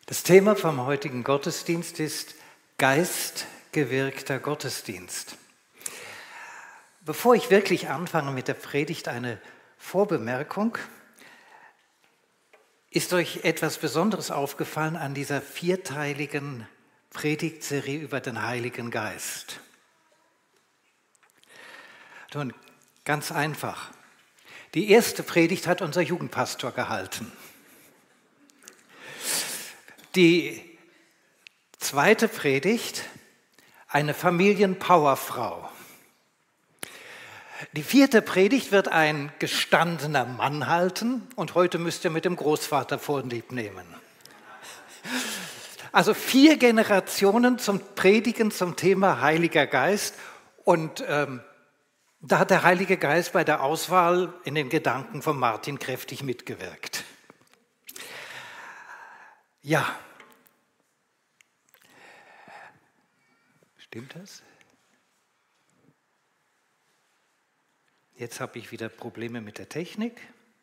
Das Thema vom heutigen Gottesdienst ist geistgewirkter Gottesdienst. Bevor ich wirklich anfange mit der Predigt, eine Vorbemerkung. Ist euch etwas Besonderes aufgefallen an dieser vierteiligen Predigtserie über den Heiligen Geist? Nun, ganz einfach. Die erste Predigt hat unser Jugendpastor gehalten. Die zweite Predigt, eine Familienpowerfrau. Die vierte Predigt wird ein gestandener Mann halten und heute müsst ihr mit dem Großvater Vorlieb nehmen. Also 4 Generationen zum Predigen zum Thema Heiliger Geist und da hat der Heilige Geist bei der Auswahl in den Gedanken von Martin kräftig mitgewirkt. Ja. Stimmt das? Jetzt habe ich wieder Probleme mit der Technik.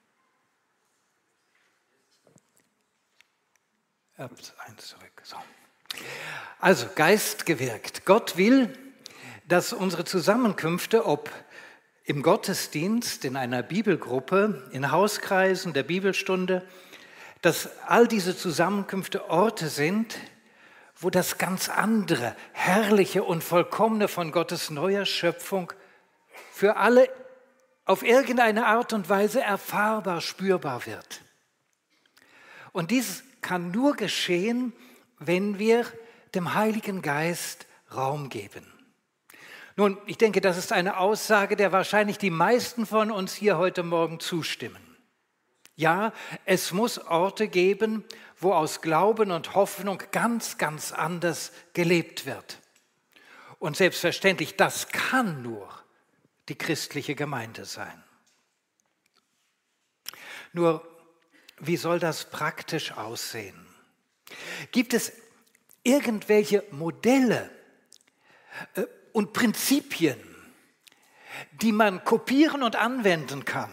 Eins zurück. So. Also, Geist gewirkt. Gott will, dass unsere Zusammenkünfte, ob im Gottesdienst, in einer Bibelgruppe, in Hauskreisen, der Bibelstunde, dass all diese Zusammenkünfte Orte sind, wo das ganz andere, herrliche und vollkommene von Gottes neuer Schöpfung für alle auf irgendeine Art und Weise erfahrbar, spürbar wird. Und dies kann nur geschehen, wenn wir dem Heiligen Geist Raum geben. Nun, ich denke, das ist eine Aussage, der wahrscheinlich die meisten von uns hier heute Morgen zustimmen. Ja, es muss Orte geben, wo aus Glauben und Hoffnung ganz, ganz anders gelebt wird. Und selbstverständlich, das kann nur die christliche Gemeinde sein. Nur, wie soll das praktisch aussehen? Gibt es irgendwelche Modelle und Prinzipien, die man kopieren und anwenden kann?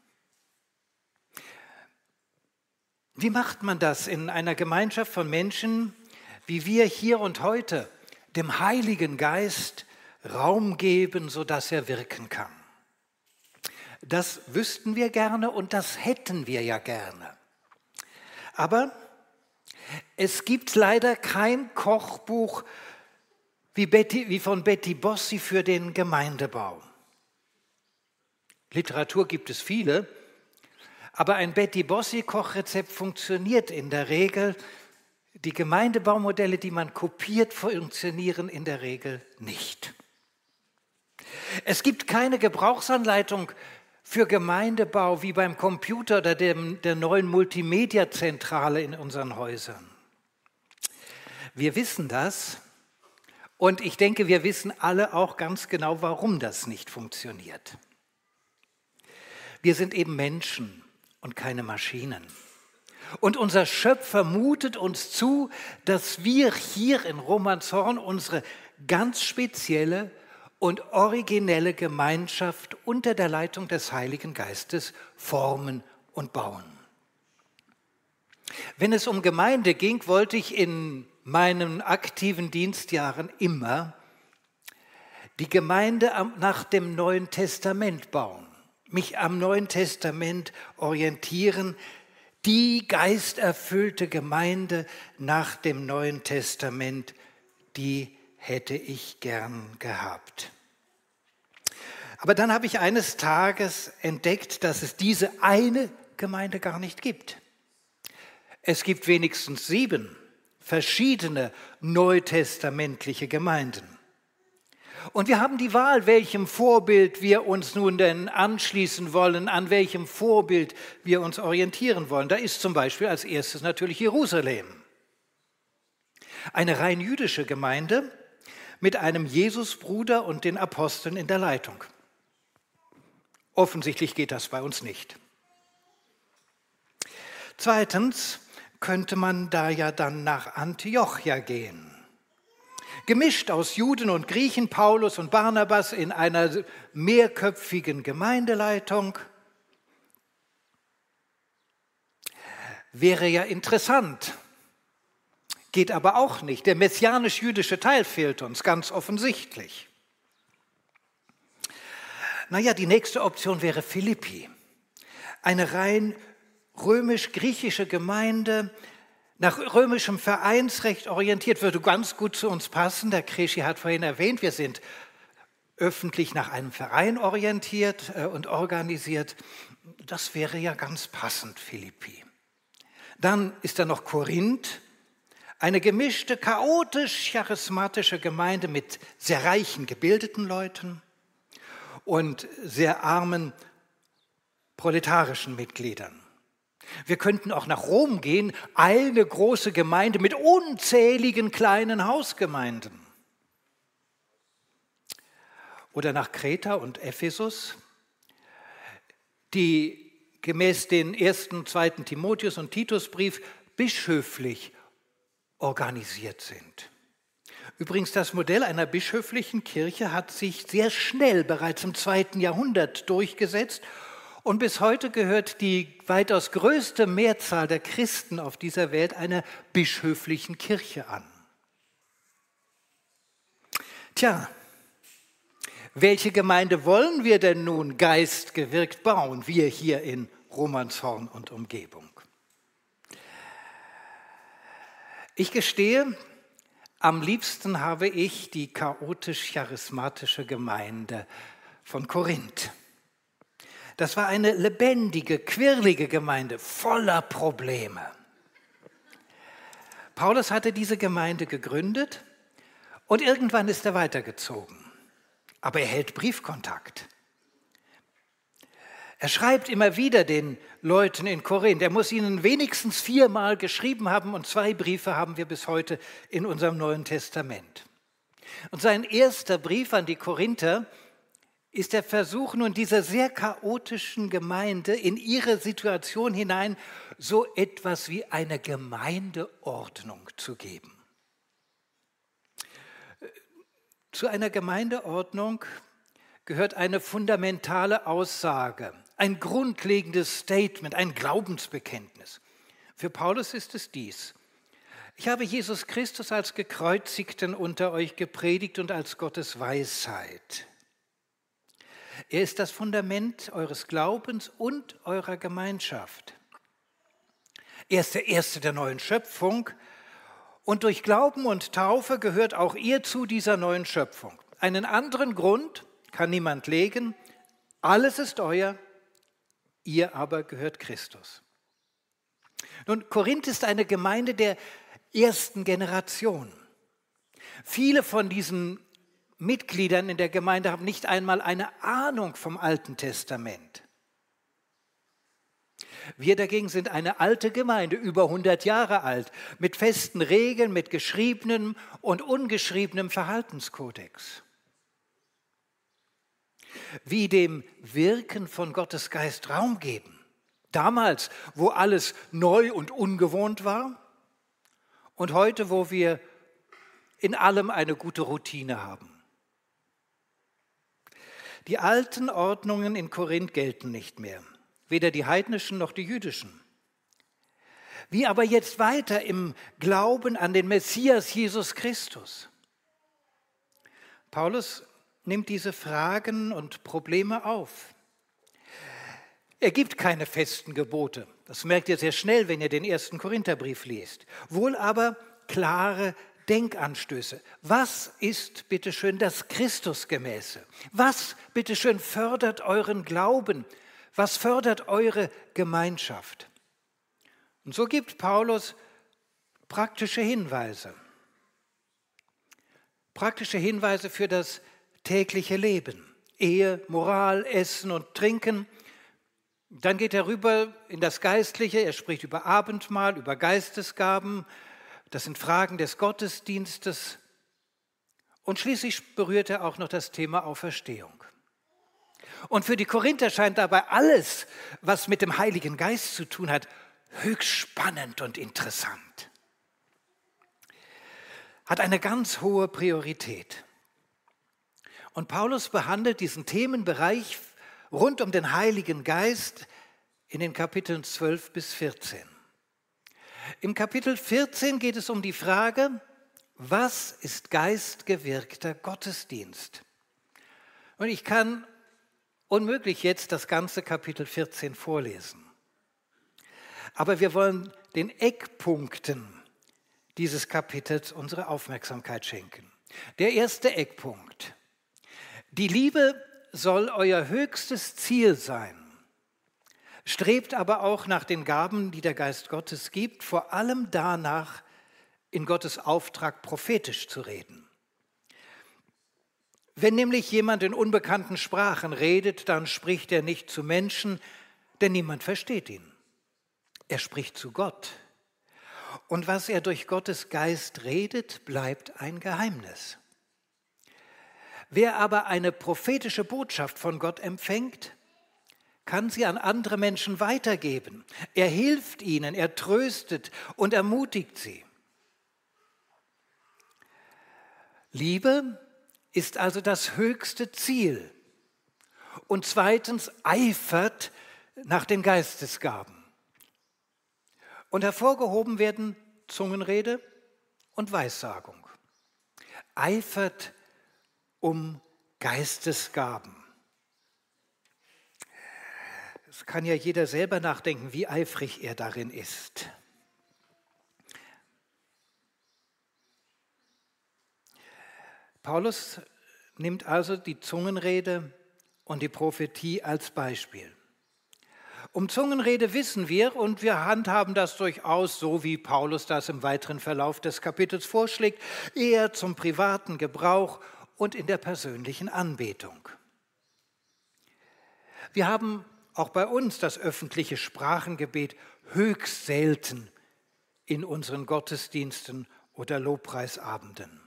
Wie macht man das in einer Gemeinschaft von Menschen, wie wir hier und heute, dem Heiligen Geist Raum geben, sodass er wirken kann? Das wüssten wir gerne und das hätten wir ja gerne. Aber es gibt leider kein Kochbuch wie von Betty Bossi für den Gemeindebau. Literatur gibt es viele, aber ein Betty Bossi-Kochrezept funktioniert in der Regel. Die Gemeindebaumodelle, die man kopiert, funktionieren in der Regel nicht. Es gibt keine Gebrauchsanleitung für Gemeindebau wie beim Computer oder der neuen Multimedia-Zentrale in unseren Häusern. Wir wissen das und ich denke, wir wissen alle auch ganz genau, warum das nicht funktioniert. Wir sind eben Menschen und keine Maschinen. Und unser Schöpfer mutet uns zu, dass wir hier in Romanshorn unsere ganz spezielle und originelle Gemeinschaft unter der Leitung des Heiligen Geistes formen und bauen. Wenn es um Gemeinde ging, wollte ich in meinen aktiven Dienstjahren immer die Gemeinde nach dem Neuen Testament bauen. Mich am Neuen Testament orientieren, die geisterfüllte Gemeinde nach dem Neuen Testament, die hätte ich gern gehabt. Aber dann habe ich eines Tages entdeckt, dass es diese eine Gemeinde gar nicht gibt. Es gibt wenigstens 7 verschiedene neutestamentliche Gemeinden. Und wir haben die Wahl, welchem Vorbild wir uns nun denn anschließen wollen, an welchem Vorbild wir uns orientieren wollen. Da ist zum Beispiel als erstes natürlich Jerusalem. Eine rein jüdische Gemeinde mit einem Jesusbruder und den Aposteln in der Leitung. Offensichtlich geht das bei uns nicht. Zweitens könnte man da ja dann nach Antiochia gehen. Gemischt aus Juden und Griechen, Paulus und Barnabas in einer mehrköpfigen Gemeindeleitung. Wäre ja interessant, Geht aber auch nicht. Der messianisch-jüdische Teil fehlt uns ganz offensichtlich. Naja, die nächste Option wäre Philippi. Eine rein römisch-griechische Gemeinde, nach römischem Vereinsrecht orientiert, würde ganz gut zu uns passen. Der Kreschi hat vorhin erwähnt, wir sind öffentlich nach einem Verein orientiert und organisiert. Das wäre ja ganz passend, Philippi. Dann ist da noch Korinth, eine gemischte, chaotisch-charismatische Gemeinde mit sehr reichen, gebildeten Leuten und sehr armen, proletarischen Mitgliedern. Wir könnten auch nach Rom gehen, eine große Gemeinde mit unzähligen kleinen Hausgemeinden. Oder nach Kreta und Ephesus, die gemäß den 1., 2. Timotheus- und Titusbrief bischöflich organisiert sind. Übrigens, das Modell einer bischöflichen Kirche hat sich sehr schnell bereits im 2. Jahrhundert durchgesetzt und bis heute gehört die weitaus größte Mehrzahl der Christen auf dieser Welt einer bischöflichen Kirche an. Tja, welche Gemeinde wollen wir denn nun geistgewirkt bauen, wir hier in Romanshorn und Umgebung? Ich gestehe, am liebsten habe ich die chaotisch-charismatische Gemeinde von Korinth. Das war eine lebendige, quirlige Gemeinde, voller Probleme. Paulus hatte diese Gemeinde gegründet und irgendwann ist er weitergezogen. Aber er hält Briefkontakt. Er schreibt immer wieder den Leuten in Korinth. Er muss ihnen wenigstens 4-mal geschrieben haben und 2 Briefe haben wir bis heute in unserem Neuen Testament. Und sein erster Brief an die Korinther ist der Versuch, nun dieser sehr chaotischen Gemeinde in ihre Situation hinein so etwas wie eine Gemeindeordnung zu geben. Zu einer Gemeindeordnung gehört eine fundamentale Aussage, ein grundlegendes Statement, ein Glaubensbekenntnis. Für Paulus ist es dies: Ich habe Jesus Christus als Gekreuzigten unter euch gepredigt und als Gottes Weisheit. Er ist das Fundament eures Glaubens und eurer Gemeinschaft. Er ist der Erste der neuen Schöpfung und durch Glauben und Taufe gehört auch ihr zu dieser neuen Schöpfung. Einen anderen Grund kann niemand legen. Alles ist euer, ihr aber gehört Christus. Nun, Korinth ist eine Gemeinde der ersten Generation. Viele von diesen Mitgliedern in der Gemeinde haben nicht einmal eine Ahnung vom Alten Testament. Wir dagegen sind eine alte Gemeinde, über 100 Jahre alt, mit festen Regeln, mit geschriebenem und ungeschriebenem Verhaltenskodex. Wie dem Wirken von Gottes Geist Raum geben. Damals, wo alles neu und ungewohnt war, und heute, wo wir in allem eine gute Routine haben. Die alten Ordnungen in Korinth gelten nicht mehr, weder die heidnischen noch die jüdischen. Wie aber jetzt weiter im Glauben an den Messias Jesus Christus? Paulus nimmt diese Fragen und Probleme auf. Er gibt keine festen Gebote. Das merkt ihr sehr schnell, wenn ihr den 1. Korintherbrief liest. Wohl aber klare Denkanstöße. Was ist bitteschön das Christusgemäße? Was bitteschön fördert euren Glauben? Was fördert eure Gemeinschaft? Und so gibt Paulus praktische Hinweise. Praktische Hinweise für das tägliche Leben. Ehe, Moral, Essen und Trinken. Dann geht er rüber in das Geistliche. Er spricht über Abendmahl, über Geistesgaben. Das sind Fragen des Gottesdienstes. Und schließlich berührt er auch noch das Thema Auferstehung. Und für die Korinther scheint dabei alles, was mit dem Heiligen Geist zu tun hat, höchst spannend und interessant. Hat eine ganz hohe Priorität. Und Paulus behandelt diesen Themenbereich rund um den Heiligen Geist in den Kapiteln 12 bis 14. Im Kapitel 14 geht es um die Frage, was ist geistgewirkter Gottesdienst? Und ich kann unmöglich jetzt das ganze Kapitel 14 vorlesen. Aber wir wollen den Eckpunkten dieses Kapitels unsere Aufmerksamkeit schenken. Der erste Eckpunkt. Die Liebe soll euer höchstes Ziel sein. Strebt aber auch nach den Gaben, die der Geist Gottes gibt, vor allem danach, in Gottes Auftrag prophetisch zu reden. Wenn nämlich jemand in unbekannten Sprachen redet, dann spricht er nicht zu Menschen, denn niemand versteht ihn. Er spricht zu Gott. Und was er durch Gottes Geist redet, bleibt ein Geheimnis. Wer aber eine prophetische Botschaft von Gott empfängt, kann sie an andere Menschen weitergeben. Er hilft ihnen, er tröstet und ermutigt sie. Liebe ist also das höchste Ziel. Und zweitens eifert nach den Geistesgaben. Und hervorgehoben werden Zungenrede und Weissagung. Eifert um Geistesgaben. Es kann ja jeder selber nachdenken, wie eifrig er darin ist. Paulus nimmt also die Zungenrede und die Prophetie als Beispiel. Um Zungenrede wissen wir, und wir handhaben das durchaus so, wie Paulus das im weiteren Verlauf des Kapitels vorschlägt, eher zum privaten Gebrauch und in der persönlichen Anbetung. Wir haben auch bei uns das öffentliche Sprachengebet höchst selten in unseren Gottesdiensten oder Lobpreisabenden.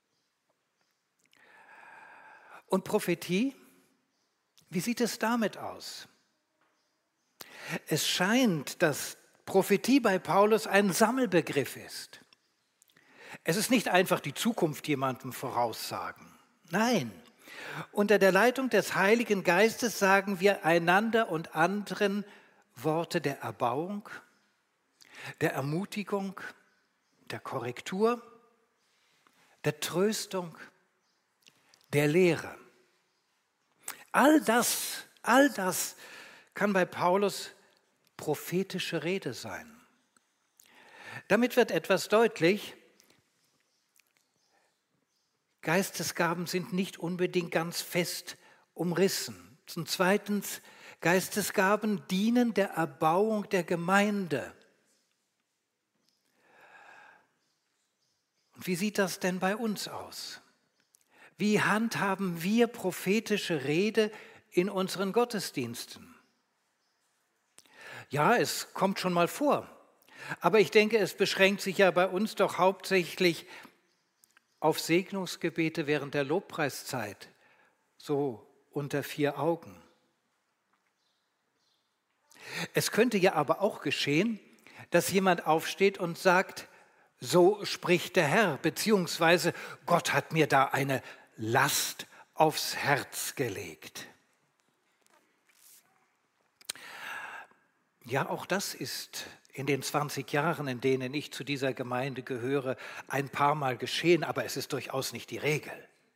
Und Prophetie, wie sieht es damit aus? Es scheint, dass Prophetie bei Paulus ein Sammelbegriff ist. Es ist nicht einfach die Zukunft jemandem voraussagen. Nein, unter der Leitung des Heiligen Geistes sagen wir einander und anderen Worte der Erbauung, der Ermutigung, der Korrektur, der Tröstung, der Lehre. All das kann bei Paulus prophetische Rede sein. Damit wird etwas deutlich: Geistesgaben sind nicht unbedingt ganz fest umrissen. Und zweitens, Geistesgaben dienen der Erbauung der Gemeinde. Und wie sieht das denn bei uns aus? Wie handhaben wir prophetische Rede in unseren Gottesdiensten? Ja, es kommt schon mal vor. Aber ich denke, es beschränkt sich ja bei uns doch hauptsächlich auf Segnungsgebete während der Lobpreiszeit, so unter 4 Augen. Es könnte ja aber auch geschehen, dass jemand aufsteht und sagt, so spricht der Herr, beziehungsweise Gott hat mir da eine Last aufs Herz gelegt. Ja, auch das ist in den 20 Jahren, in denen ich zu dieser Gemeinde gehöre, ein paar Mal geschehen, aber es ist durchaus nicht die Regel.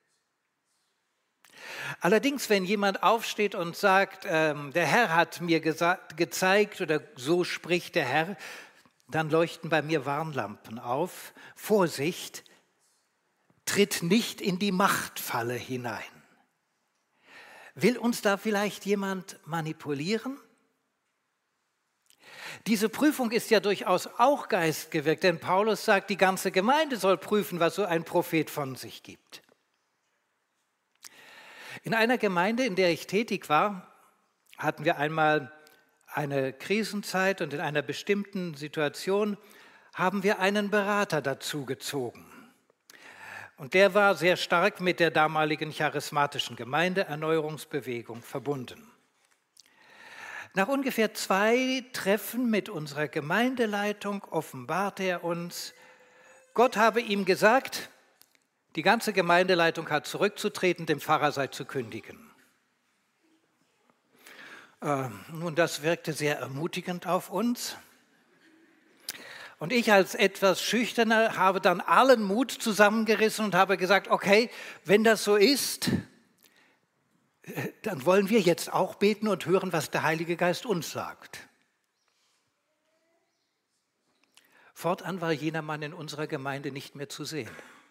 Allerdings, wenn jemand aufsteht und sagt, der Herr hat mir gezeigt oder so spricht der Herr, dann leuchten bei mir Warnlampen auf. Vorsicht, tritt nicht in die Machtfalle hinein. Will uns da vielleicht jemand manipulieren? Diese Prüfung ist ja durchaus auch geistgewirkt, denn Paulus sagt, die ganze Gemeinde soll prüfen, was so ein Prophet von sich gibt. In einer Gemeinde, in der ich tätig war, hatten wir einmal eine Krisenzeit und in einer bestimmten Situation haben wir einen Berater dazugezogen. Und der war sehr stark mit der damaligen charismatischen Gemeindeerneuerungsbewegung verbunden. Nach ungefähr 2 Treffen mit unserer Gemeindeleitung offenbarte er uns, Gott habe ihm gesagt, die ganze Gemeindeleitung hat zurückzutreten, dem Pfarrer sei zu kündigen. Nun, das wirkte sehr ermutigend auf uns. Und ich als etwas Schüchterner habe dann allen Mut zusammengerissen und habe gesagt, okay, wenn das so ist, dann wollen wir jetzt auch beten und hören, was der Heilige Geist uns sagt. Fortan war jener Mann in unserer Gemeinde nicht mehr zu sehen.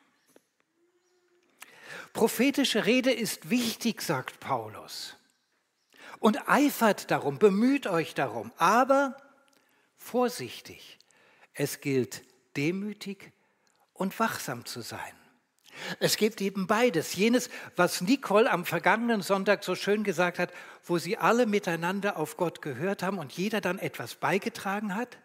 Prophetische Rede ist wichtig, sagt Paulus. Und eifert darum, bemüht euch darum, aber vorsichtig. Es gilt, demütig und wachsam zu sein. Es gibt eben beides. Jenes, was Nicole am vergangenen Sonntag so schön gesagt hat, wo sie alle miteinander auf Gott gehört haben und jeder dann etwas beigetragen hat.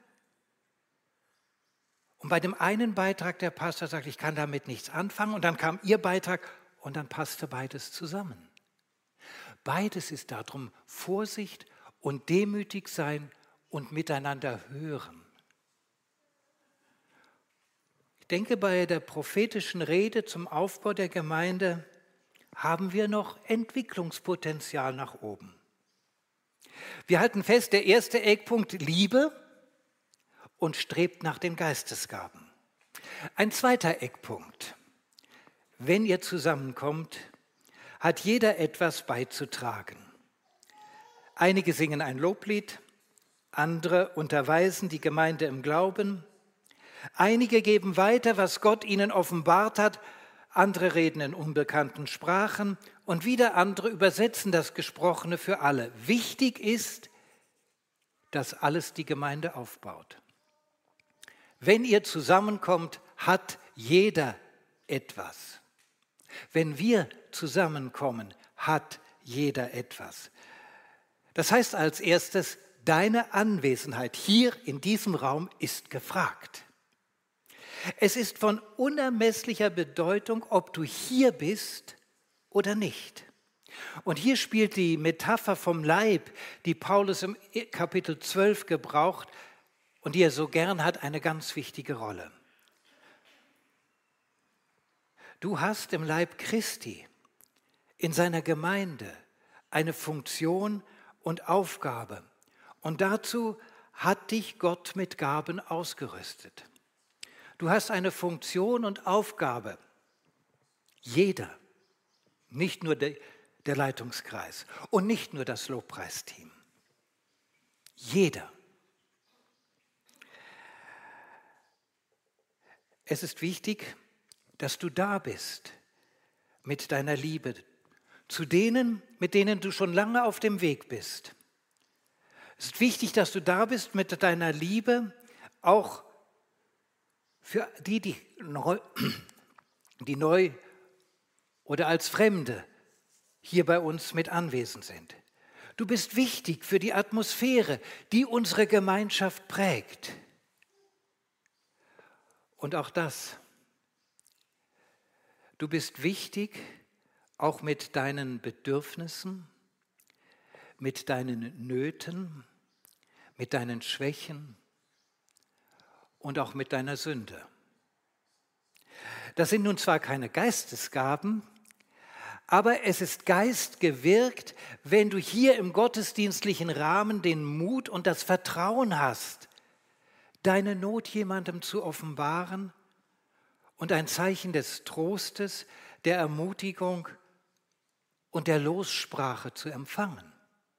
Und bei dem einen Beitrag der Pastor sagt, ich kann damit nichts anfangen. Und dann kam ihr Beitrag und dann passte beides zusammen. Beides ist darum, Vorsicht und demütig sein und miteinander hören. Ich denke, bei der prophetischen Rede zum Aufbau der Gemeinde haben wir noch Entwicklungspotenzial nach oben. Wir halten fest, der erste Eckpunkt, Liebe und strebt nach den Geistesgaben. Ein zweiter Eckpunkt, wenn ihr zusammenkommt, hat jeder etwas beizutragen. Einige singen ein Loblied, andere unterweisen die Gemeinde im Glauben, einige geben weiter, was Gott ihnen offenbart hat, andere reden in unbekannten Sprachen und wieder andere übersetzen das Gesprochene für alle. Wichtig ist, dass alles die Gemeinde aufbaut. Wenn ihr zusammenkommt, hat jeder etwas. Wenn wir zusammenkommen, hat jeder etwas. Das heißt als erstes, deine Anwesenheit hier in diesem Raum ist gefragt. Es ist von unermesslicher Bedeutung, ob du hier bist oder nicht. Und hier spielt die Metapher vom Leib, die Paulus im Kapitel 12 gebraucht und die er so gern hat, eine ganz wichtige Rolle. Du hast im Leib Christi, in seiner Gemeinde, eine Funktion und Aufgabe. Und dazu hat dich Gott mit Gaben ausgerüstet. Du hast eine Funktion und Aufgabe. Jeder, nicht nur der Leitungskreis und nicht nur das Lobpreisteam. Jeder. Es ist wichtig, dass du da bist mit deiner Liebe zu denen, mit denen du schon lange auf dem Weg bist. Es ist wichtig, dass du da bist mit deiner Liebe, auch für die neu oder als Fremde hier bei uns mit anwesend sind. Du bist wichtig für die Atmosphäre, die unsere Gemeinschaft prägt. Und auch das, du bist wichtig, auch mit deinen Bedürfnissen, mit deinen Nöten, mit deinen Schwächen und auch mit deiner Sünde. Das sind nun zwar keine Geistesgaben, aber es ist geistgewirkt, wenn du hier im gottesdienstlichen Rahmen den Mut und das Vertrauen hast, deine Not jemandem zu offenbaren und ein Zeichen des Trostes, der Ermutigung und der Lossprache zu empfangen.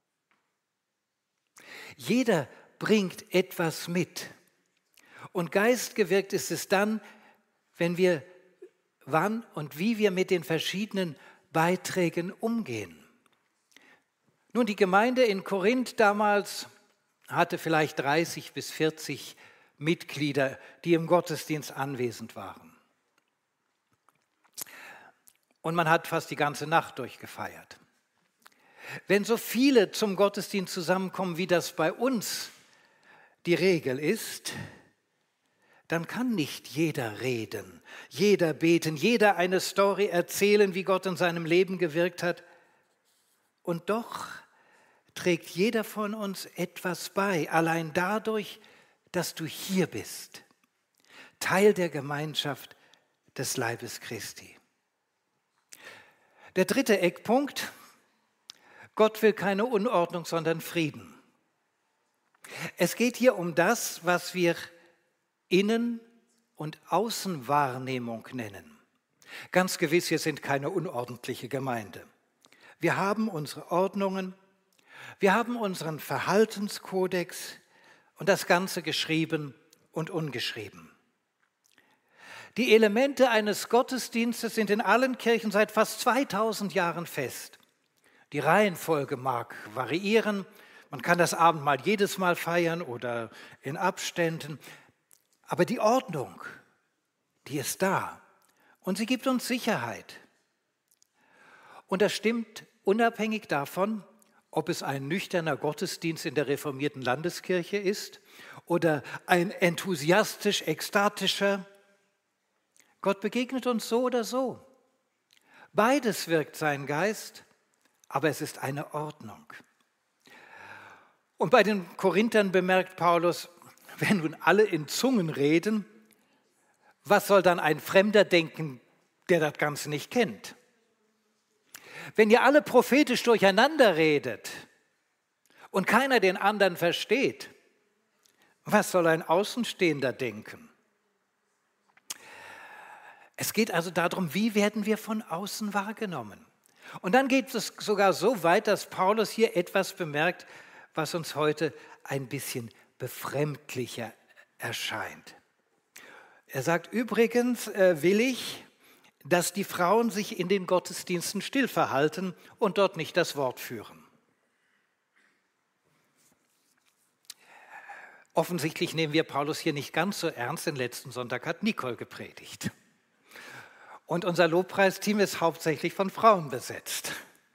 Jeder bringt etwas mit. Und geistgewirkt ist es dann, wenn wir wann und wie wir mit den verschiedenen Beiträgen umgehen. Nun, die Gemeinde in Korinth damals hatte vielleicht 30 bis 40 Mitglieder, die im Gottesdienst anwesend waren. Und man hat fast die ganze Nacht durchgefeiert. Wenn so viele zum Gottesdienst zusammenkommen, wie das bei uns die Regel ist, dann kann nicht jeder reden, jeder beten, jeder eine Story erzählen, wie Gott in seinem Leben gewirkt hat. Und doch trägt jeder von uns etwas bei, allein dadurch, dass du hier bist, Teil der Gemeinschaft des Leibes Christi. Der dritte Eckpunkt: Gott will keine Unordnung, sondern Frieden. Es geht hier um das, was wir Innen- und Außenwahrnehmung nennen. Ganz gewiss, wir sind keine unordentliche Gemeinde. Wir haben unsere Ordnungen, wir haben unseren Verhaltenskodex und das Ganze geschrieben und ungeschrieben. Die Elemente eines Gottesdienstes sind in allen Kirchen seit fast 2000 Jahren fest. Die Reihenfolge mag variieren, man kann das Abendmahl jedes Mal feiern oder in Abständen, aber die Ordnung, die ist da und sie gibt uns Sicherheit. Und das stimmt unabhängig davon, ob es ein nüchterner Gottesdienst in der reformierten Landeskirche ist oder ein enthusiastisch-ekstatischer. Gott begegnet uns so oder so. Beides wirkt sein Geist, aber es ist eine Ordnung. Und bei den Korinthern bemerkt Paulus, wenn nun alle in Zungen reden, was soll dann ein Fremder denken, der das Ganze nicht kennt? Wenn ihr alle prophetisch durcheinander redet und keiner den anderen versteht, was soll ein Außenstehender denken? Es geht also darum, wie werden wir von außen wahrgenommen? Und dann geht es sogar so weit, dass Paulus hier etwas bemerkt, was uns heute ein bisschen befremdlicher erscheint. Er sagt, übrigens will ich, dass die Frauen sich in den Gottesdiensten still verhalten und dort nicht das Wort führen. Offensichtlich nehmen wir Paulus hier nicht ganz so ernst, denn letzten Sonntag hat Nicole gepredigt. Und unser Lobpreisteam ist hauptsächlich von Frauen besetzt.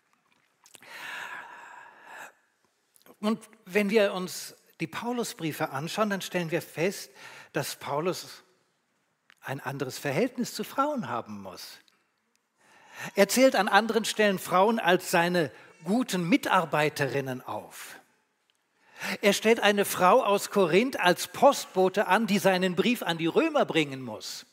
Und wenn wir uns die Paulusbriefe anschauen, dann stellen wir fest, dass Paulus ein anderes Verhältnis zu Frauen haben muss. Er zählt an anderen Stellen Frauen als seine guten Mitarbeiterinnen auf. Er stellt eine Frau aus Korinth als Postbote an, die seinen Brief an die Römer bringen muss.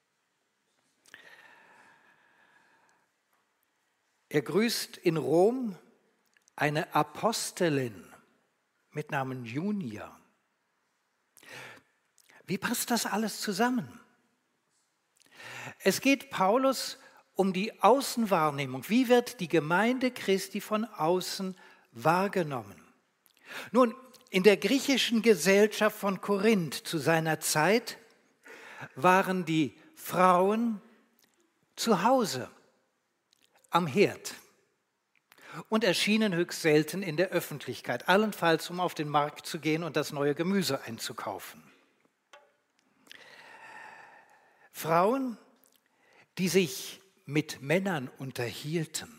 Er grüßt in Rom eine Apostelin mit Namen Junia. Wie passt das alles zusammen? Es geht Paulus um die Außenwahrnehmung. Wie wird die Gemeinde Christi von außen wahrgenommen? Nun, in der griechischen Gesellschaft von Korinth zu seiner Zeit waren die Frauen zu Hause am Herd und erschienen höchst selten in der Öffentlichkeit, allenfalls um auf den Markt zu gehen und das neue Gemüse einzukaufen. Frauen, die sich mit Männern unterhielten,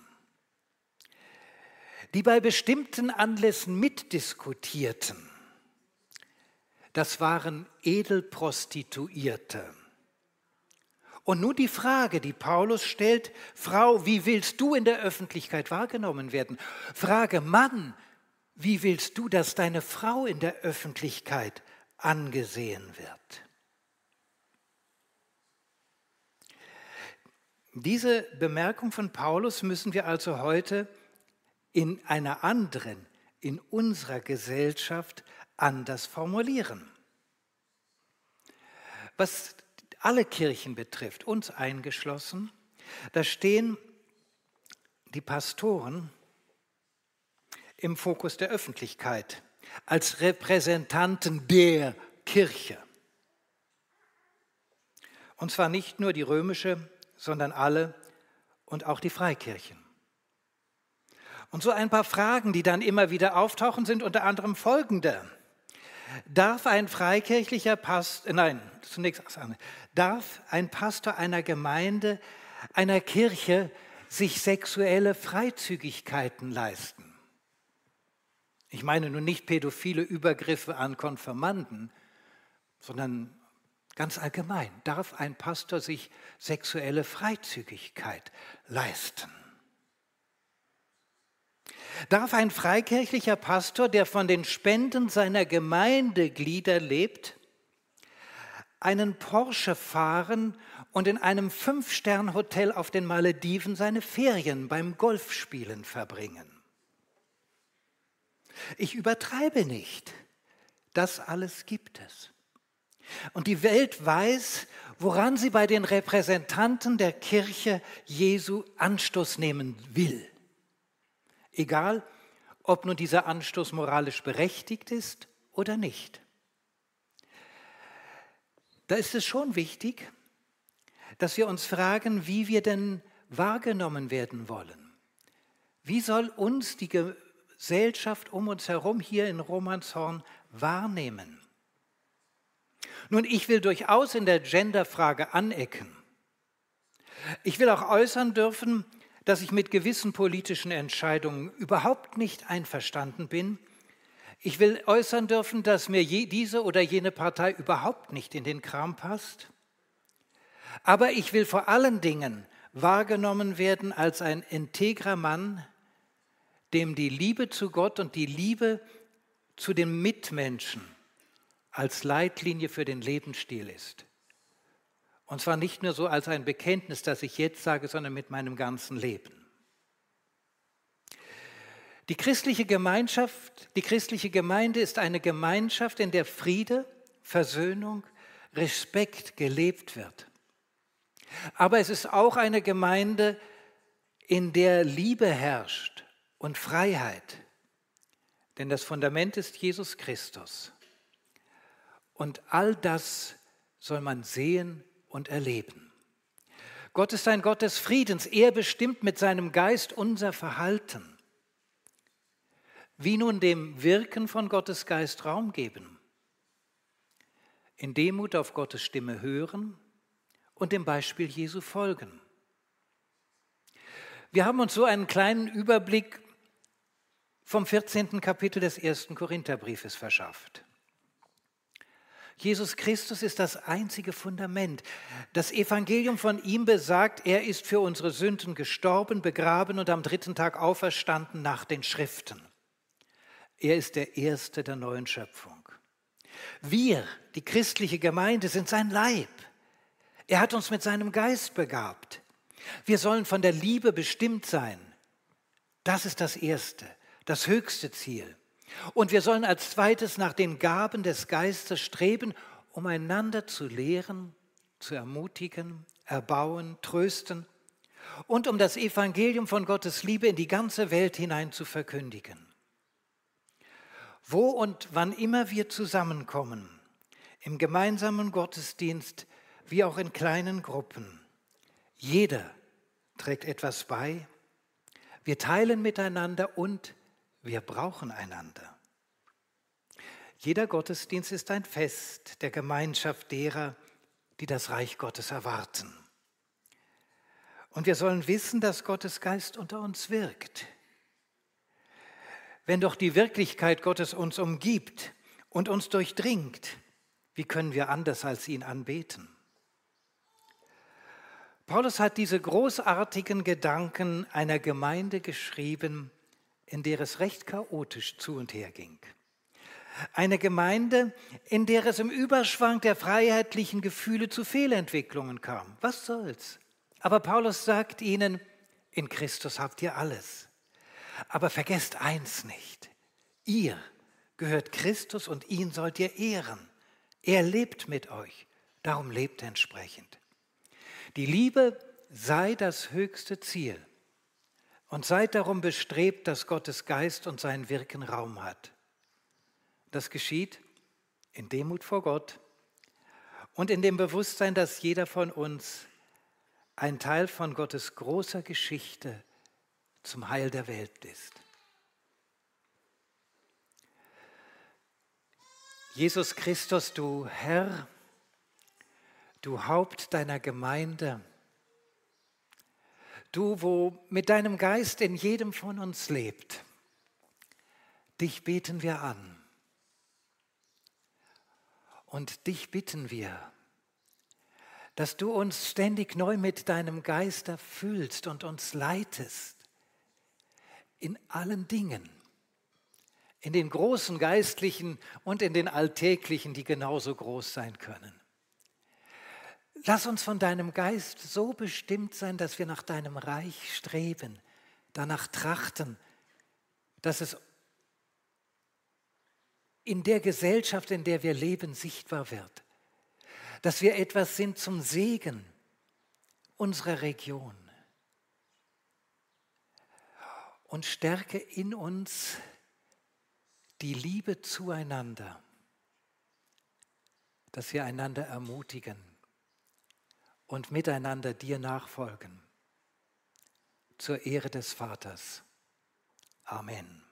die bei bestimmten Anlässen mitdiskutierten, das waren Edelprostituierte. Und nun die Frage, die Paulus stellt, Frau, wie willst du in der Öffentlichkeit wahrgenommen werden? Frage, Mann, wie willst du, dass deine Frau in der Öffentlichkeit angesehen wird? Diese Bemerkung von Paulus müssen wir also heute in einer anderen, in unserer Gesellschaft anders formulieren. Was alle Kirchen betrifft, uns eingeschlossen, da stehen die Pastoren im Fokus der Öffentlichkeit als Repräsentanten der Kirche. Und zwar nicht nur die römische, sondern alle und auch die Freikirchen. Und so ein paar Fragen, die dann immer wieder auftauchen, sind unter anderem folgende. Darf ein freikirchlicher Pastor, darf ein Pastor einer Gemeinde, einer Kirche sich sexuelle Freizügigkeiten leisten? Ich meine nun nicht pädophile Übergriffe an Konfirmanden, sondern ganz allgemein. Darf ein Pastor sich sexuelle Freizügigkeit leisten? Darf ein freikirchlicher Pastor, der von den Spenden seiner Gemeindeglieder lebt, einen Porsche fahren und in einem 5-Stern-Hotel auf den Malediven seine Ferien beim Golfspielen verbringen? Ich übertreibe nicht. Das alles gibt es. Und die Welt weiß, woran sie bei den Repräsentanten der Kirche Jesu Anstoß nehmen will. Egal, ob nun dieser Anstoß moralisch berechtigt ist oder nicht. Da ist es schon wichtig, dass wir uns fragen, wie wir denn wahrgenommen werden wollen. Wie soll uns die Gesellschaft um uns herum hier in Romanshorn wahrnehmen? Nun, ich will durchaus in der Genderfrage anecken. Ich will auch äußern dürfen, dass ich mit gewissen politischen Entscheidungen überhaupt nicht einverstanden bin. Ich will äußern dürfen, dass mir diese oder jene Partei überhaupt nicht in den Kram passt. Aber ich will vor allen Dingen wahrgenommen werden als ein integrer Mann, dem die Liebe zu Gott und die Liebe zu den Mitmenschen als Leitlinie für den Lebensstil ist. Und zwar nicht nur so als ein Bekenntnis, das ich jetzt sage, sondern mit meinem ganzen Leben. Die christliche Gemeinschaft, die christliche Gemeinde ist eine Gemeinschaft, in der Friede, Versöhnung, Respekt gelebt wird. Aber es ist auch eine Gemeinde, in der Liebe herrscht und Freiheit. Denn das Fundament ist Jesus Christus. Und all das soll man sehen und erleben. Gott ist ein Gott des Friedens. Er bestimmt mit seinem Geist unser Verhalten. Wie nun dem Wirken von Gottes Geist Raum geben? In Demut auf Gottes Stimme hören und dem Beispiel Jesu folgen. Wir haben uns so einen kleinen Überblick vom 14. Kapitel des 1. Korintherbriefes verschafft. Jesus Christus ist das einzige Fundament. Das Evangelium von ihm besagt, er ist für unsere Sünden gestorben, begraben und am 3. Tag auferstanden nach den Schriften. Er ist der Erste der neuen Schöpfung. Wir, die christliche Gemeinde, sind sein Leib. Er hat uns mit seinem Geist begabt. Wir sollen von der Liebe bestimmt sein. Das ist das Erste, das höchste Ziel. Und wir sollen als Zweites nach den Gaben des Geistes streben, um einander zu lehren, zu ermutigen, erbauen, trösten und um das Evangelium von Gottes Liebe in die ganze Welt hinein zu verkündigen. Wo und wann immer wir zusammenkommen, im gemeinsamen Gottesdienst wie auch in kleinen Gruppen, jeder trägt etwas bei, wir teilen miteinander und wir brauchen einander. Jeder Gottesdienst ist ein Fest der Gemeinschaft derer, die das Reich Gottes erwarten. Und wir sollen wissen, dass Gottes Geist unter uns wirkt. Wenn doch die Wirklichkeit Gottes uns umgibt und uns durchdringt, wie können wir anders als ihn anbeten? Paulus hat diese großartigen Gedanken einer Gemeinde geschrieben, in der es recht chaotisch zu und her ging. Eine Gemeinde, in der es im Überschwang der freiheitlichen Gefühle zu Fehlentwicklungen kam. Was soll's? Aber Paulus sagt ihnen, in Christus habt ihr alles. Aber vergesst eins nicht, ihr gehört Christus und ihn sollt ihr ehren. Er lebt mit euch, darum lebt entsprechend. Die Liebe sei das höchste Ziel und seid darum bestrebt, dass Gottes Geist und sein Wirken Raum hat. Das geschieht in Demut vor Gott und in dem Bewusstsein, dass jeder von uns ein Teil von Gottes großer Geschichte zum Heil der Welt ist. Jesus Christus, du Herr, du Haupt deiner Gemeinde, du, wo mit deinem Geist in jedem von uns lebt, dich beten wir an. Und dich bitten wir, dass du uns ständig neu mit deinem Geist erfüllst und uns leitest in allen Dingen, in den großen geistlichen und in den alltäglichen, die genauso groß sein können. Lass uns von deinem Geist so bestimmt sein, dass wir nach deinem Reich streben, danach trachten, dass es in der Gesellschaft, in der wir leben, sichtbar wird, dass wir etwas sind zum Segen unserer Region. Und stärke in uns die Liebe zueinander, dass wir einander ermutigen und miteinander dir nachfolgen. Zur Ehre des Vaters. Amen.